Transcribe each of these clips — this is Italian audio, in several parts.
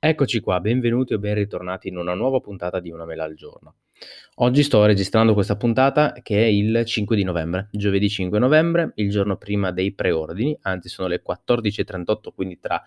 Eccoci qua, benvenuti o ben ritornati in una nuova puntata di Una mela al giorno. Oggi sto registrando questa puntata che è il 5 di novembre, giovedì 5 novembre, il giorno prima dei preordini, anzi sono le 14:38, quindi tra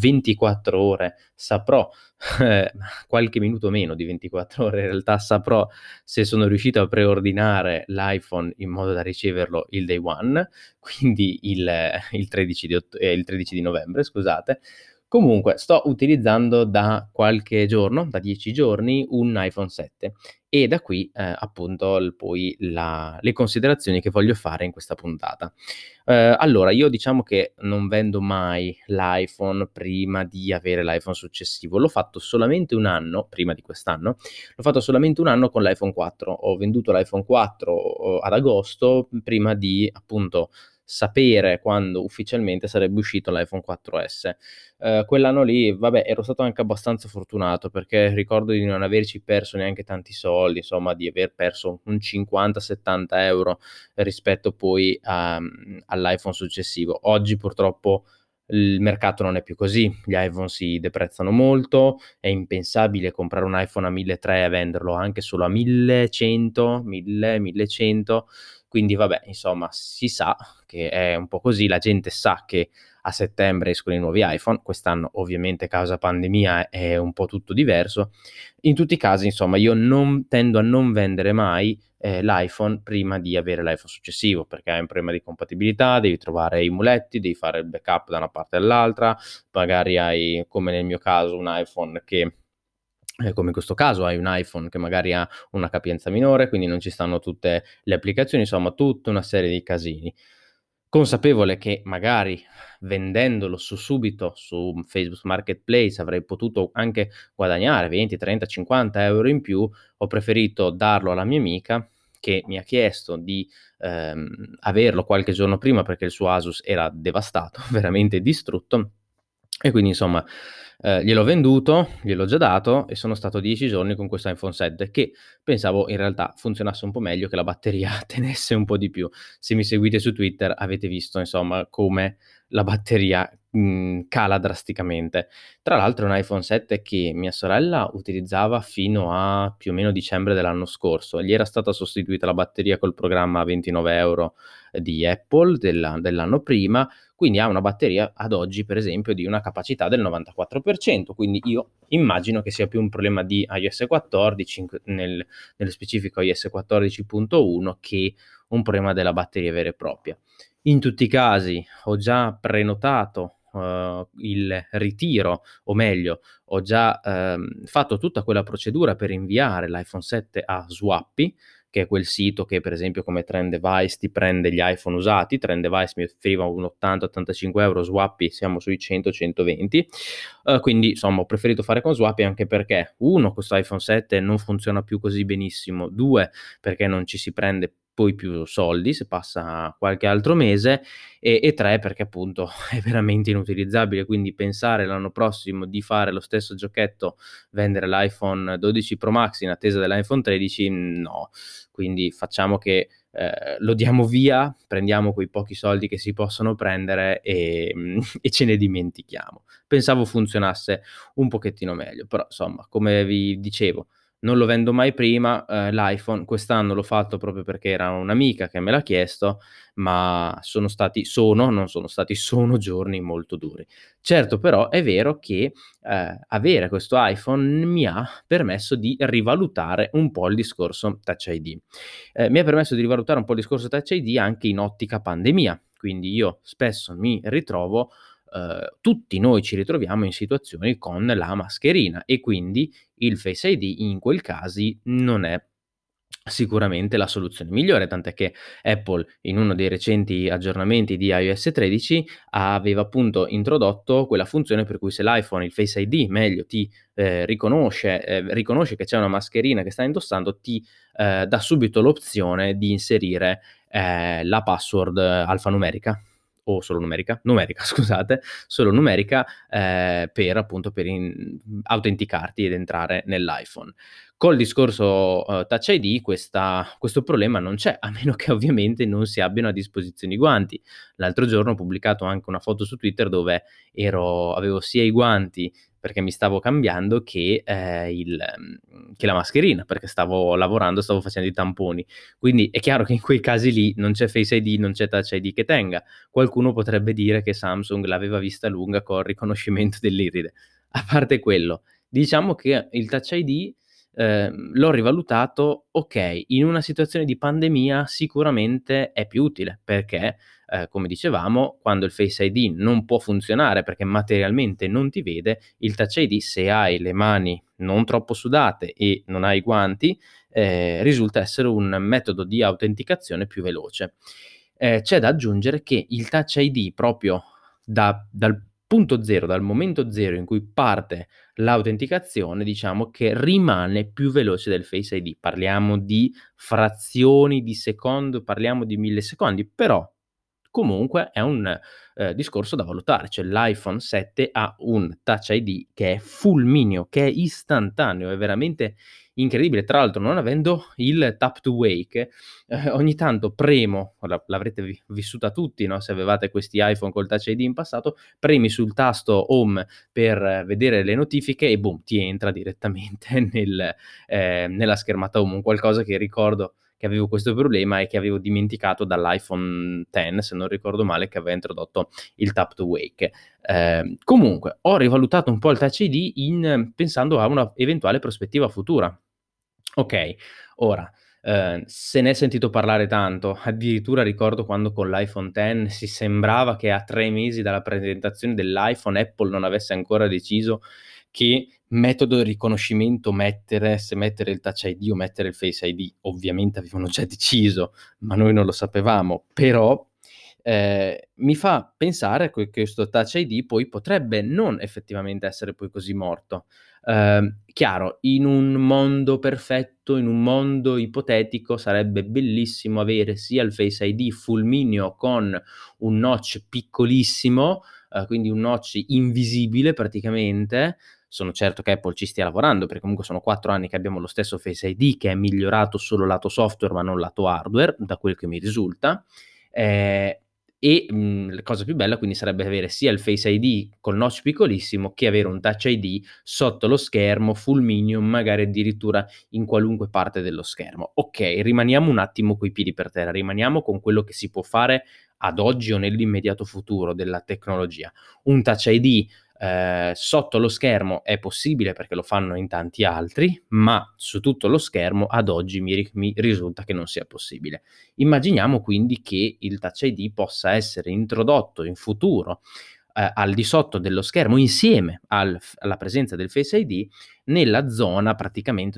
24 ore saprò, qualche minuto meno di 24 ore in realtà, saprò se sono riuscito a preordinare l'iPhone in modo da riceverlo il day one, quindi il 13 di novembre, scusate. Comunque sto utilizzando da qualche giorno, da 10 giorni, un iPhone 7 e da qui, appunto poi le considerazioni che voglio fare in questa puntata. Allora io diciamo che non vendo mai l'iPhone prima di avere l'iPhone successivo. L'ho fatto solamente 1 anno, prima di quest'anno, l'ho fatto solamente 1 anno con l'iPhone 4. Ho venduto l'iPhone 4 ad agosto, prima di appunto sapere quando ufficialmente sarebbe uscito l'iPhone 4S. Quell'anno lì, vabbè, ero stato anche abbastanza fortunato perché ricordo di non averci perso neanche tanti soldi, insomma, di aver perso un 50-70 € rispetto poi all'iPhone successivo. Oggi purtroppo il mercato non è più così, gli iPhone si deprezzano molto, è impensabile comprare un iPhone a 1.300 e venderlo anche solo a 1.100, 1.000, 1.100, quindi vabbè, insomma, si sa che è un po' così, la gente sa che a settembre escono i nuovi iPhone, quest'anno ovviamente causa pandemia è un po' tutto diverso. In tutti i casi, insomma, io non tendo a non vendere mai l'iPhone prima di avere l'iPhone successivo, perché hai un problema di compatibilità, devi trovare i muletti, devi fare il backup da una parte all'altra, magari hai, come nel mio caso, un iPhone che come in questo caso hai un iPhone che magari ha una capienza minore, quindi non ci stanno tutte le applicazioni, insomma tutta una serie di casini. Consapevole che magari vendendolo subito su Facebook Marketplace avrei potuto anche guadagnare 20, 30, 50 € in più, ho preferito darlo alla mia amica che mi ha chiesto di averlo qualche giorno prima perché il suo Asus era devastato, veramente distrutto, e quindi insomma, gliel'ho venduto, gliel'ho già dato e sono stato 10 giorni con questo iPhone 7 che pensavo in realtà funzionasse un po' meglio, che la batteria tenesse un po' di più. Se mi seguite su Twitter avete visto insomma come la batteria, cala drasticamente. Tra l'altro è un iPhone 7 che mia sorella utilizzava fino a più o meno dicembre dell'anno scorso. Gli era stata sostituita la batteria col programma a 29 € di Apple dell'anno prima, quindi ha una batteria ad oggi per esempio di una capacità del 94%, quindi io immagino che sia più un problema di iOS 14, nello specifico iOS 14.1, che un problema della batteria vera e propria. In tutti i casi ho già prenotato il ritiro, o meglio ho già fatto tutta quella procedura per inviare l'iPhone 7 a Swappy, che è quel sito che per esempio come Trenddevice ti prende gli iPhone usati. Trenddevice mi offriva un 80-85 €, Swappy siamo sui 100-120. Quindi insomma ho preferito fare con Swappy anche perché 1 questo iPhone 7 non funziona più così benissimo, 2 perché non ci si prende poi più soldi se passa qualche altro mese, e 3 perché appunto è veramente inutilizzabile, quindi pensare l'anno prossimo di fare lo stesso giochetto, vendere l'iPhone 12 Pro Max in attesa dell'iPhone 13, no. Quindi facciamo che lo diamo via, prendiamo quei pochi soldi che si possono prendere e ce ne dimentichiamo. Pensavo funzionasse un pochettino meglio, però insomma, come vi dicevo, non lo vendo mai prima, l'iPhone. Quest'anno l'ho fatto proprio perché era un'amica che me l'ha chiesto, ma sono giorni molto duri. Certo però è vero che avere questo iPhone mi ha permesso di rivalutare un po' il discorso Touch ID. Mi ha permesso di rivalutare un po' il discorso Touch ID anche in ottica pandemia, quindi io spesso mi ritrovo, tutti noi ci ritroviamo in situazioni con la mascherina e quindi il Face ID in quel casi non è sicuramente la soluzione migliore, tant'è che Apple in uno dei recenti aggiornamenti di iOS 13 aveva appunto introdotto quella funzione per cui se l'iPhone, il Face ID meglio, ti riconosce che c'è una mascherina che stai indossando, ti dà subito l'opzione di inserire la password alfanumerica o solo numerica? Numerica scusate, solo numerica, per appunto autenticarti ed entrare nell'iPhone. Col discorso, Touch ID questo problema non c'è, a meno che ovviamente non si abbiano a disposizione i guanti. L'altro giorno ho pubblicato anche una foto su Twitter dove avevo sia i guanti perché mi stavo cambiando, che la mascherina, perché stavo lavorando, stavo facendo i tamponi. Quindi è chiaro che in quei casi lì non c'è Face ID, non c'è Touch ID che tenga. Qualcuno potrebbe dire che Samsung l'aveva vista lunga col riconoscimento dell'iride. A parte quello, diciamo che il Touch ID, l'ho rivalutato, okay, in una situazione di pandemia sicuramente è più utile, perché, come dicevamo, quando il Face ID non può funzionare perché materialmente non ti vede, il Touch ID, se hai le mani non troppo sudate e non hai guanti, risulta essere un metodo di autenticazione più veloce. C'è da aggiungere che il Touch ID proprio dal punto 0, dal momento 0 in cui parte l'autenticazione, diciamo che rimane più veloce del Face ID. Parliamo di frazioni di secondo, parliamo di millisecondi, però comunque è un, discorso da valutare. Cioè l'iPhone 7 ha un Touch ID che è fulmineo, che è istantaneo, è veramente incredibile. Tra l'altro non avendo il Tap to Wake, ogni tanto premo, l'avrete vissuta tutti, no, se avevate questi iPhone col Touch ID in passato, premi sul tasto home per vedere le notifiche e boom, ti entra direttamente nella schermata home. Un qualcosa che ricordo che avevo questo problema e che avevo dimenticato dall'iPhone X, se non ricordo male, che aveva introdotto il Tap to Wake. Comunque, ho rivalutato un po' il Touch ID pensando a una eventuale prospettiva futura. Okay, ora, se n'è sentito parlare tanto, addirittura ricordo quando con l'iPhone X si sembrava che a 3 mesi dalla presentazione dell'iPhone Apple non avesse ancora deciso che metodo di riconoscimento mettere, se mettere il Touch ID o mettere il Face ID. Ovviamente avevano già deciso, ma noi non lo sapevamo, però, mi fa pensare che questo Touch ID poi potrebbe non effettivamente essere poi così morto. Chiaro, in un mondo perfetto, in un mondo ipotetico, sarebbe bellissimo avere sia il Face ID fulmineo con un notch piccolissimo, quindi un notch invisibile praticamente. Sono certo che Apple ci stia lavorando, perché comunque sono 4 anni che abbiamo lo stesso Face ID che è migliorato solo lato software, ma non lato hardware, da quel che mi risulta. Ehm, la cosa più bella quindi sarebbe avere sia il Face ID col notch piccolissimo, che avere un Touch ID sotto lo schermo, fulmineo, magari addirittura in qualunque parte dello schermo. Okay, rimaniamo un attimo coi piedi per terra, rimaniamo con quello che si può fare ad oggi o nell'immediato futuro della tecnologia. Un Touch ID, sotto lo schermo è possibile perché lo fanno in tanti altri, ma su tutto lo schermo ad oggi mi risulta che non sia possibile. Immaginiamo quindi che il Touch ID possa essere introdotto in futuro, al di sotto dello schermo insieme alla presenza del Face ID, nella zona praticamente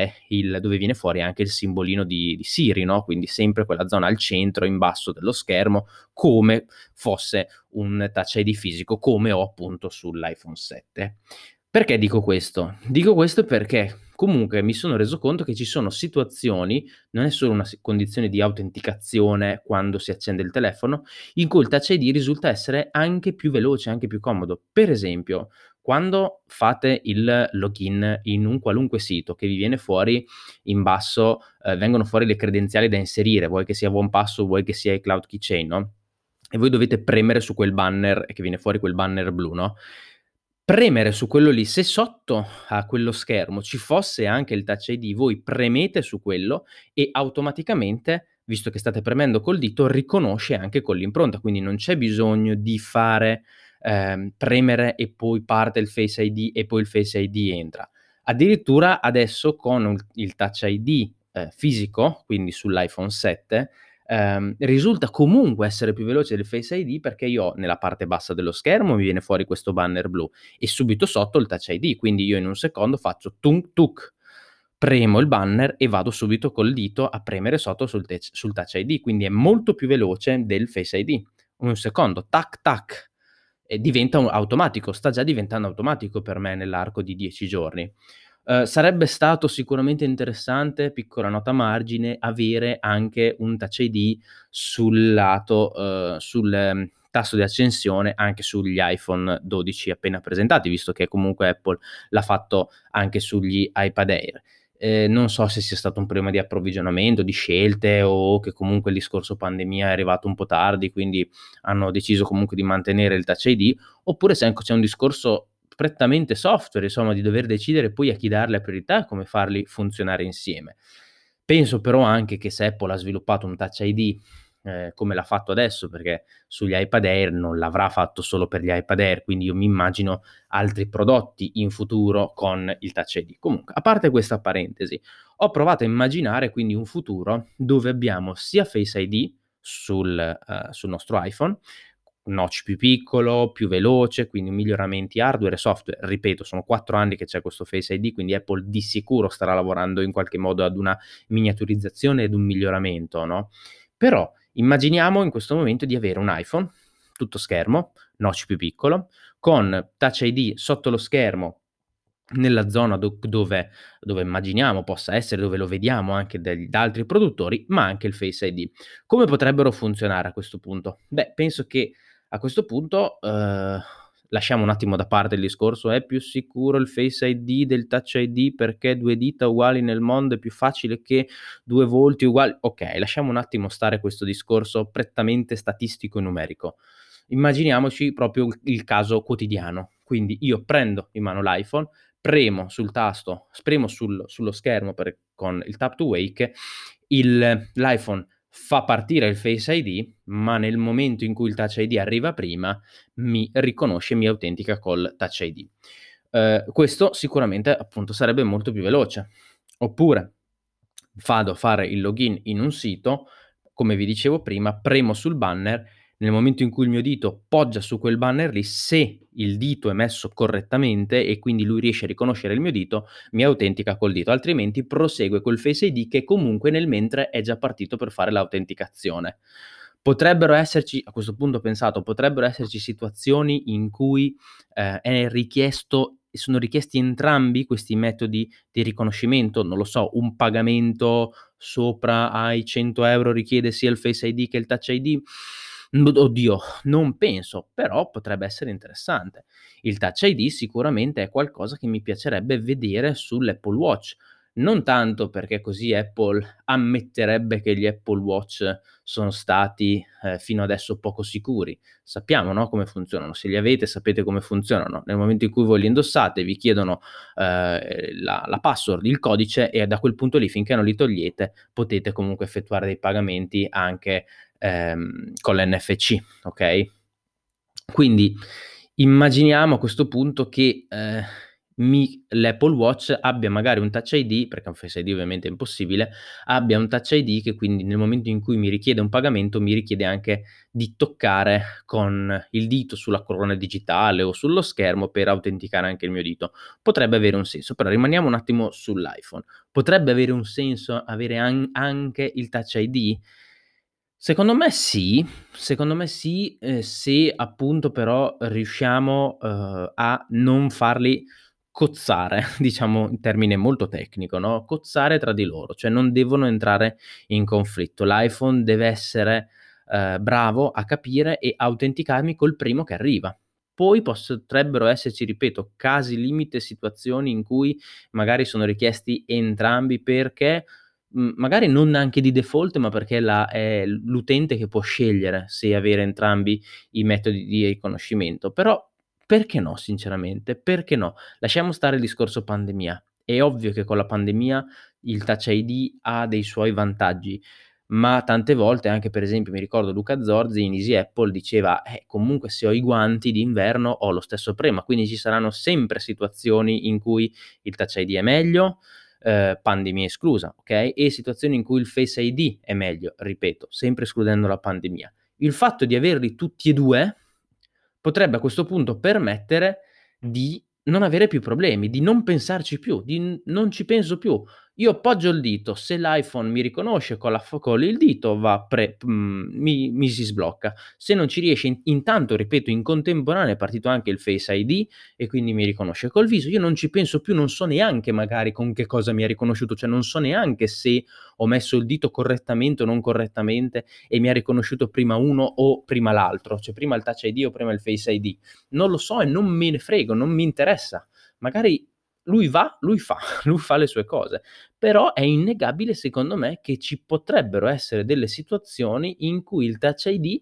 dove viene fuori anche il simbolino di Siri, no, quindi sempre quella zona al centro in basso dello schermo, come fosse un Touch ID fisico, come ho appunto sull'iPhone 7. Perché dico questo? Dico questo perché comunque mi sono reso conto che ci sono situazioni, non è solo una condizione di autenticazione quando si accende il telefono, in cui il Touch ID risulta essere anche più veloce, anche più comodo. Per esempio, quando fate il login in un qualunque sito che vi viene fuori in basso, vengono fuori le credenziali da inserire, vuoi che sia OnePassword, vuoi che sia iCloud Keychain, no, e voi dovete premere su quel banner e che viene fuori quel banner blu, no, premere su quello lì, se sotto a quello schermo ci fosse anche il Touch ID, voi premete su quello e automaticamente, visto che state premendo col dito, riconosce anche con l'impronta, quindi non c'è bisogno di fare premere e poi parte il Face ID e poi il Face ID entra. Addirittura adesso con il Touch ID, fisico, quindi sull'iPhone 7, risulta comunque essere più veloce del Face ID perché io ho nella parte bassa dello schermo mi viene fuori questo banner blu e subito sotto il Touch ID, quindi io in un secondo faccio tunk tuk, premo il banner e vado subito col dito a premere sotto sul Touch ID, quindi è molto più veloce del Face ID. Un secondo, tac tac, e diventa automatico, sta già diventando automatico per me nell'arco di 10 giorni. Sarebbe stato sicuramente interessante, piccola nota a margine, avere anche un Touch ID sul lato tasto di accensione anche sugli iPhone 12 appena presentati, visto che comunque Apple l'ha fatto anche sugli iPad Air. Non so se sia stato un problema di approvvigionamento, di scelte o che comunque il discorso pandemia è arrivato un po' tardi, quindi hanno deciso comunque di mantenere il Touch ID, oppure se anche c'è un discorso prettamente software, insomma, di dover decidere poi a chi dar la priorità e come farli funzionare insieme. Penso però anche che se Apple ha sviluppato un Touch ID, come l'ha fatto adesso, perché sugli iPad Air non l'avrà fatto solo per gli iPad Air, quindi io mi immagino altri prodotti in futuro con il Touch ID. Comunque, a parte questa parentesi, ho provato a immaginare quindi un futuro dove abbiamo sia Face ID sul nostro iPhone, notch più piccolo, più veloce, quindi miglioramenti hardware e software. Ripeto, sono 4 anni che c'è questo Face ID, quindi Apple di sicuro starà lavorando in qualche modo ad una miniaturizzazione ed un miglioramento, no, però immaginiamo in questo momento di avere un iPhone tutto schermo, notch più piccolo, con Touch ID sotto lo schermo nella zona dove immaginiamo possa essere, dove lo vediamo anche da altri produttori, ma anche il Face ID. Come potrebbero funzionare a questo punto? Beh, penso che a questo punto, lasciamo un attimo da parte il discorso: "È più sicuro il Face ID del Touch ID perché 2 dita uguali nel mondo è più facile che 2 volti uguali", okay, lasciamo un attimo stare questo discorso prettamente statistico e numerico. Immaginiamoci proprio il caso quotidiano. Quindi io prendo in mano l'iPhone, premo sul tasto, spremo sullo schermo con il tap to wake, l'iPhone fa partire il Face ID, ma nel momento in cui il Touch ID arriva prima, mi riconosce e mi autentica col Touch ID. Questo sicuramente appunto sarebbe molto più veloce. Oppure vado a fare il login in un sito, come vi dicevo prima, premo sul banner, nel momento in cui il mio dito poggia su quel banner lì, se il dito è messo correttamente e quindi lui riesce a riconoscere il mio dito, mi autentica col dito, altrimenti prosegue col Face ID che comunque nel mentre è già partito per fare l'autenticazione. Potrebbero esserci, a questo punto ho pensato, potrebbero esserci situazioni in cui, sono richiesti entrambi questi metodi di riconoscimento, non lo so, un pagamento sopra ai 100 € richiede sia il Face ID che il Touch ID? Oddio, non penso, però potrebbe essere interessante. Il Touch ID sicuramente è qualcosa che mi piacerebbe vedere sull'Apple Watch, non tanto perché così Apple ammetterebbe che gli Apple Watch sono stati, fino adesso poco sicuri. Sappiamo, no, come funzionano. Se li avete sapete come funzionano. Nel momento in cui voi li indossate vi chiedono, la password, il codice e da quel punto lì finché non li togliete potete comunque effettuare dei pagamenti anche, con l'NFC, okay? Quindi immaginiamo a questo punto che, l'Apple Watch abbia magari un Touch ID, perché un Face ID ovviamente è impossibile, abbia un Touch ID che quindi nel momento in cui mi richiede un pagamento, mi richiede anche di toccare con il dito sulla corona digitale o sullo schermo per autenticare anche il mio dito. Potrebbe avere un senso, però rimaniamo un attimo sull'iPhone. Potrebbe avere un senso avere anche il Touch ID? Secondo me sì, se appunto però riusciamo, a non farli cozzare, diciamo in termine molto tecnico, no, cozzare tra di loro, cioè non devono entrare in conflitto. L'iPhone deve essere, bravo a capire e autenticarmi col primo che arriva. Poi potrebbero esserci, ripeto, casi limite, situazioni in cui magari sono richiesti entrambi perché magari non neanche di default, ma perché è l'utente che può scegliere se avere entrambi i metodi di riconoscimento. Però perché no sinceramente? Perché no? Lasciamo stare il discorso pandemia. È ovvio che con la pandemia il Touch ID ha dei suoi vantaggi, ma tante volte anche per esempio mi ricordo Luca Zorzi in Easy Apple diceva: comunque se ho i guanti d'inverno ho lo stesso prema", quindi ci saranno sempre situazioni in cui il Touch ID è meglio, pandemia esclusa, okay, e situazioni in cui il Face ID è meglio, ripeto, sempre escludendo la pandemia. Il fatto di averli tutti e 2 potrebbe a questo punto permettere di non avere più problemi, di non pensarci più, non ci penso più. Io appoggio il dito, se l'iPhone mi riconosce con il dito mi si sblocca. Se non ci riesce intanto ripeto in contemporanea è partito anche il Face ID e quindi mi riconosce col viso. Io non ci penso più, non so neanche magari con che cosa mi ha riconosciuto, cioè non so neanche se ho messo il dito correttamente o non correttamente e mi ha riconosciuto prima uno o prima l'altro, cioè prima il Touch ID o prima il Face ID. Non lo so e non me ne frego, non mi interessa. Magari lui fa, lui fa le sue cose. Però è innegabile secondo me che ci potrebbero essere delle situazioni in cui il Touch ID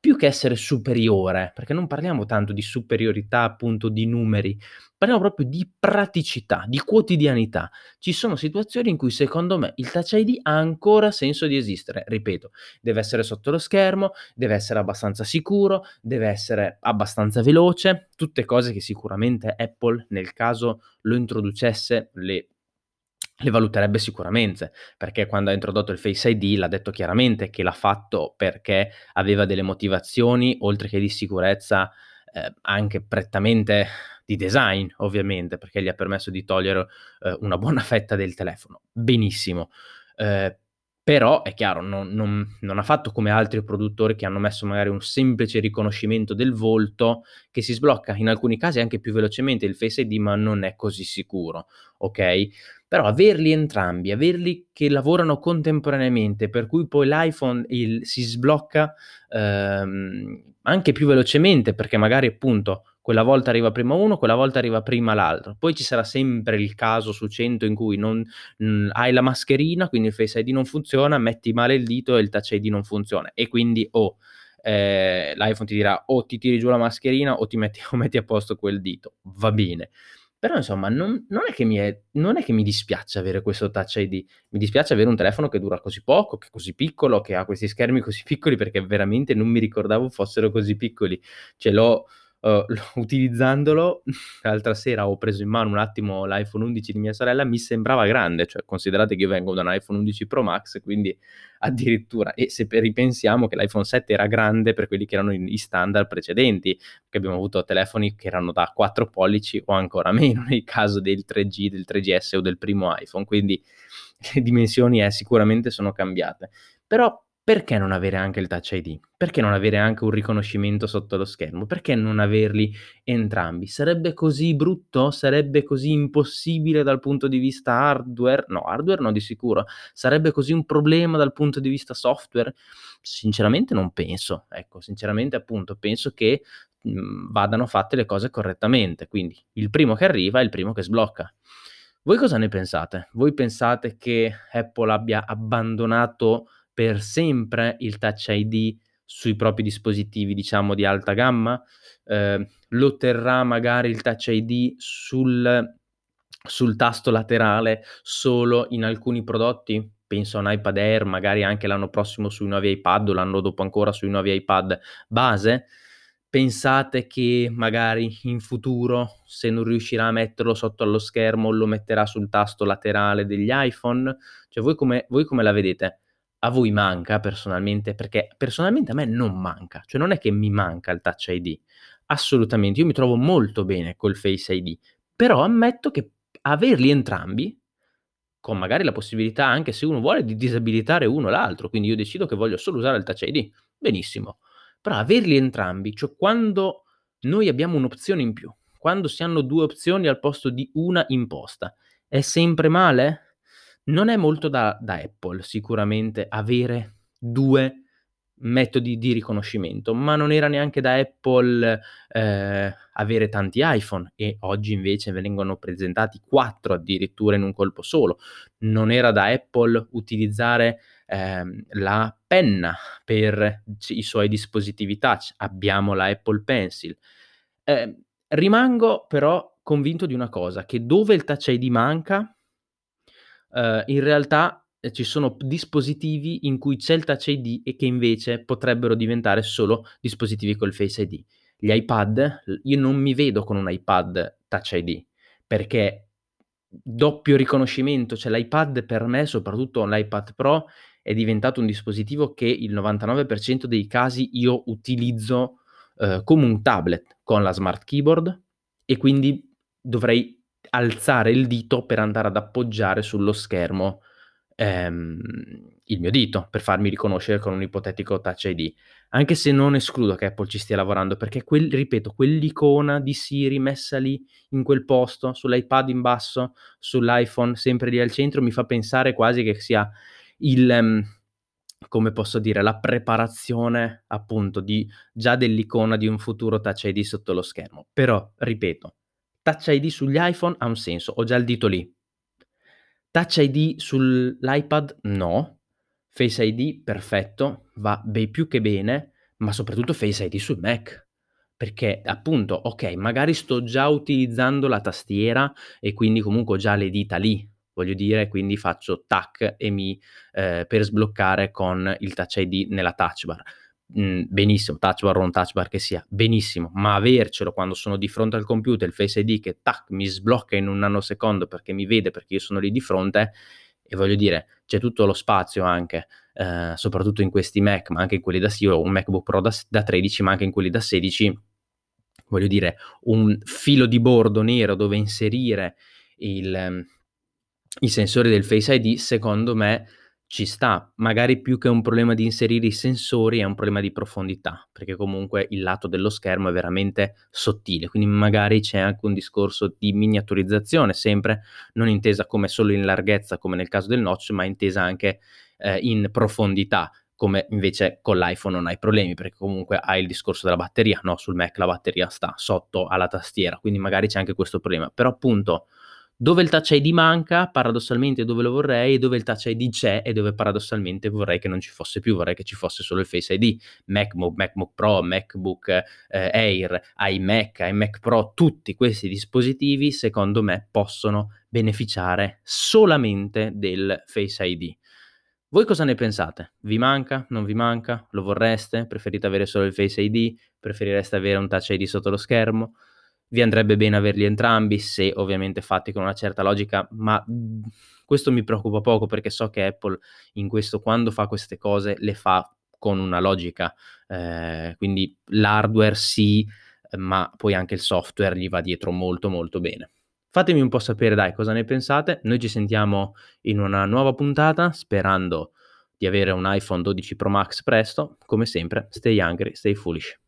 più che essere superiore, perché non parliamo tanto di superiorità, appunto, di numeri, parliamo proprio di praticità, di quotidianità. Ci sono situazioni in cui secondo me il Touch ID ha ancora senso di esistere. Ripeto, deve essere sotto lo schermo, deve essere abbastanza sicuro, deve essere abbastanza veloce, tutte cose che sicuramente Apple, nel caso lo introducesse, le valuterebbe sicuramente, perché quando ha introdotto il Face ID l'ha detto chiaramente che l'ha fatto perché aveva delle motivazioni, oltre che di sicurezza, anche prettamente di design ovviamente, perché gli ha permesso di togliere, una buona fetta del telefono. Benissimo. Ehm, Però è chiaro, non ha fatto come altri produttori che hanno messo magari un semplice riconoscimento del volto, che si sblocca in alcuni casi anche più velocemente il Face ID, ma non è così sicuro, okay? Però averli entrambi, averli che lavorano contemporaneamente, per cui poi l'iPhone si sblocca, anche più velocemente, perché magari appunto quella volta arriva prima uno, quella volta arriva prima l'altro. Poi ci sarà sempre il caso su 100 in cui hai la mascherina, quindi il Face ID non funziona, metti male il dito e il Touch ID non funziona e quindi l'iPhone ti dirà: o ti tiri giù la mascherina o ti metti o metti a posto quel dito. Va bene. Però insomma non è che mi dispiace avere questo Touch ID, mi dispiace avere un telefono che dura così poco, che è così piccolo, che ha questi schermi così piccoli, perché veramente non mi ricordavo fossero così piccoli. Ce l'ho l'ho utilizzandolo l'altra sera ho preso in mano un attimo l'iPhone 11 di mia sorella, mi sembrava grande, cioè considerate che io vengo da un iPhone 11 Pro Max, quindi addirittura se ripensiamo che l'iPhone 7 era grande per quelli che erano i standard precedenti, che abbiamo avuto telefoni che erano da 4 pollici o ancora meno nel caso del 3G, del 3GS o del primo iPhone, quindi le dimensioni, sicuramente sono cambiate. Però perché non avere anche il Touch ID? Perché non avere anche un riconoscimento sotto lo schermo? Perché non averli entrambi? Sarebbe così brutto? Sarebbe così impossibile dal punto di vista hardware? No, hardware no di sicuro. Sarebbe così un problema dal punto di vista software? Sinceramente non penso. Ecco, sinceramente appunto penso che, vadano fatte le cose correttamente. Quindi il primo che arriva è il primo che sblocca. Voi cosa ne pensate? Voi pensate che Apple abbia abbandonato per sempre il Touch ID sui propri dispositivi, diciamo, di alta gamma? Lo terrà magari il Touch ID sul tasto laterale solo in alcuni prodotti? Penso a un iPad Air, magari anche l'anno prossimo sui nuovi iPad o l'anno dopo ancora sui nuovi iPad base? Pensate che magari in futuro, se non riuscirà a metterlo sotto allo schermo, lo metterà sul tasto laterale degli iPhone? Cioè voi come la vedete? A voi manca personalmente? Perché personalmente a me non manca, cioè non è che mi manca il Touch ID, assolutamente. Io mi trovo molto bene col Face ID, però ammetto che averli entrambi, con magari la possibilità anche se uno vuole di disabilitare uno o l'altro, quindi io decido che voglio solo usare il Touch ID, benissimo. Però averli entrambi, cioè quando noi abbiamo un'opzione in più, quando si hanno 2 opzioni al posto di una imposta, è sempre male? Non è molto da Apple sicuramente avere 2 metodi di riconoscimento, ma non era neanche da Apple, avere tanti iPhone e oggi invece vengono presentati 4 addirittura in un colpo solo. Non era da Apple utilizzare, la penna per i suoi dispositivi touch, abbiamo la Apple Pencil. Ehm, Rimango però convinto di una cosa, che dove il Touch ID manca, in realtà, ci sono dispositivi in cui c'è il Touch ID e che invece potrebbero diventare solo dispositivi col Face ID. Gli iPad, io non mi vedo con un iPad Touch ID, perché doppio riconoscimento, cioè l'iPad per me, soprattutto l'iPad Pro, è diventato un dispositivo che il 99% dei casi io utilizzo, come un tablet con la smart keyboard e quindi dovrei alzare il dito per andare ad appoggiare sullo schermo, ehm, il mio dito, per farmi riconoscere con un ipotetico Touch ID. Anche se non escludo che Apple ci stia lavorando, perché ripeto, quell'icona di Siri messa lì, in quel posto, sull'iPad in basso, sull'iPhone sempre lì al centro, mi fa pensare quasi che sia il come posso dire, la preparazione appunto dell'icona di un futuro Touch ID sotto lo schermo. Però, ripeto, Touch ID sugli iPhone ha un senso, ho già il dito lì. Touch ID sull'iPad no, Face ID perfetto, va più che bene, ma soprattutto Face ID sul Mac. Perché appunto, okay, magari sto già utilizzando la tastiera e quindi comunque ho già le dita lì, voglio dire, quindi faccio tac e per sbloccare con il Touch ID nella touch bar. Benissimo, touch bar o non touch bar che sia, benissimo, ma avercelo quando sono di fronte al computer, il Face ID che tac, mi sblocca in un nanosecondo perché mi vede, perché io sono lì di fronte, e voglio dire, c'è tutto lo spazio anche, soprattutto in questi Mac, ma anche in quelli io ho un MacBook Pro da 13, ma anche in quelli da 16, voglio dire, un filo di bordo nero dove inserire il i sensori del Face ID secondo me ci sta. Magari più che un problema di inserire i sensori è un problema di profondità, perché comunque il lato dello schermo è veramente sottile, quindi magari c'è anche un discorso di miniaturizzazione, sempre non intesa come solo in larghezza come nel caso del notch, ma intesa anche, in profondità, come invece con l'iPhone non hai problemi, perché comunque hai il discorso della batteria, no, sul Mac la batteria sta sotto alla tastiera, quindi magari c'è anche questo problema. Però appunto, dove il Touch ID manca, paradossalmente dove lo vorrei, e dove il Touch ID c'è e dove paradossalmente vorrei che non ci fosse più, vorrei che ci fosse solo il Face ID. MacBook Pro, MacBook, Air, iMac Pro, tutti questi dispositivi secondo me possono beneficiare solamente del Face ID. Voi cosa ne pensate? Vi manca? Non vi manca? Lo vorreste? Preferite avere solo il Face ID? Preferireste avere un Touch ID sotto lo schermo? Vi andrebbe bene averli entrambi, se ovviamente fatti con una certa logica, ma, questo mi preoccupa poco perché so che Apple in questo, quando fa queste cose, le fa con una logica, quindi l'hardware sì, ma poi anche il software gli va dietro molto, molto bene. Fatemi un po' sapere dai cosa ne pensate. Noi ci sentiamo in una nuova puntata, sperando di avere un iPhone 12 Pro Max presto. Come sempre, stay hungry, stay foolish.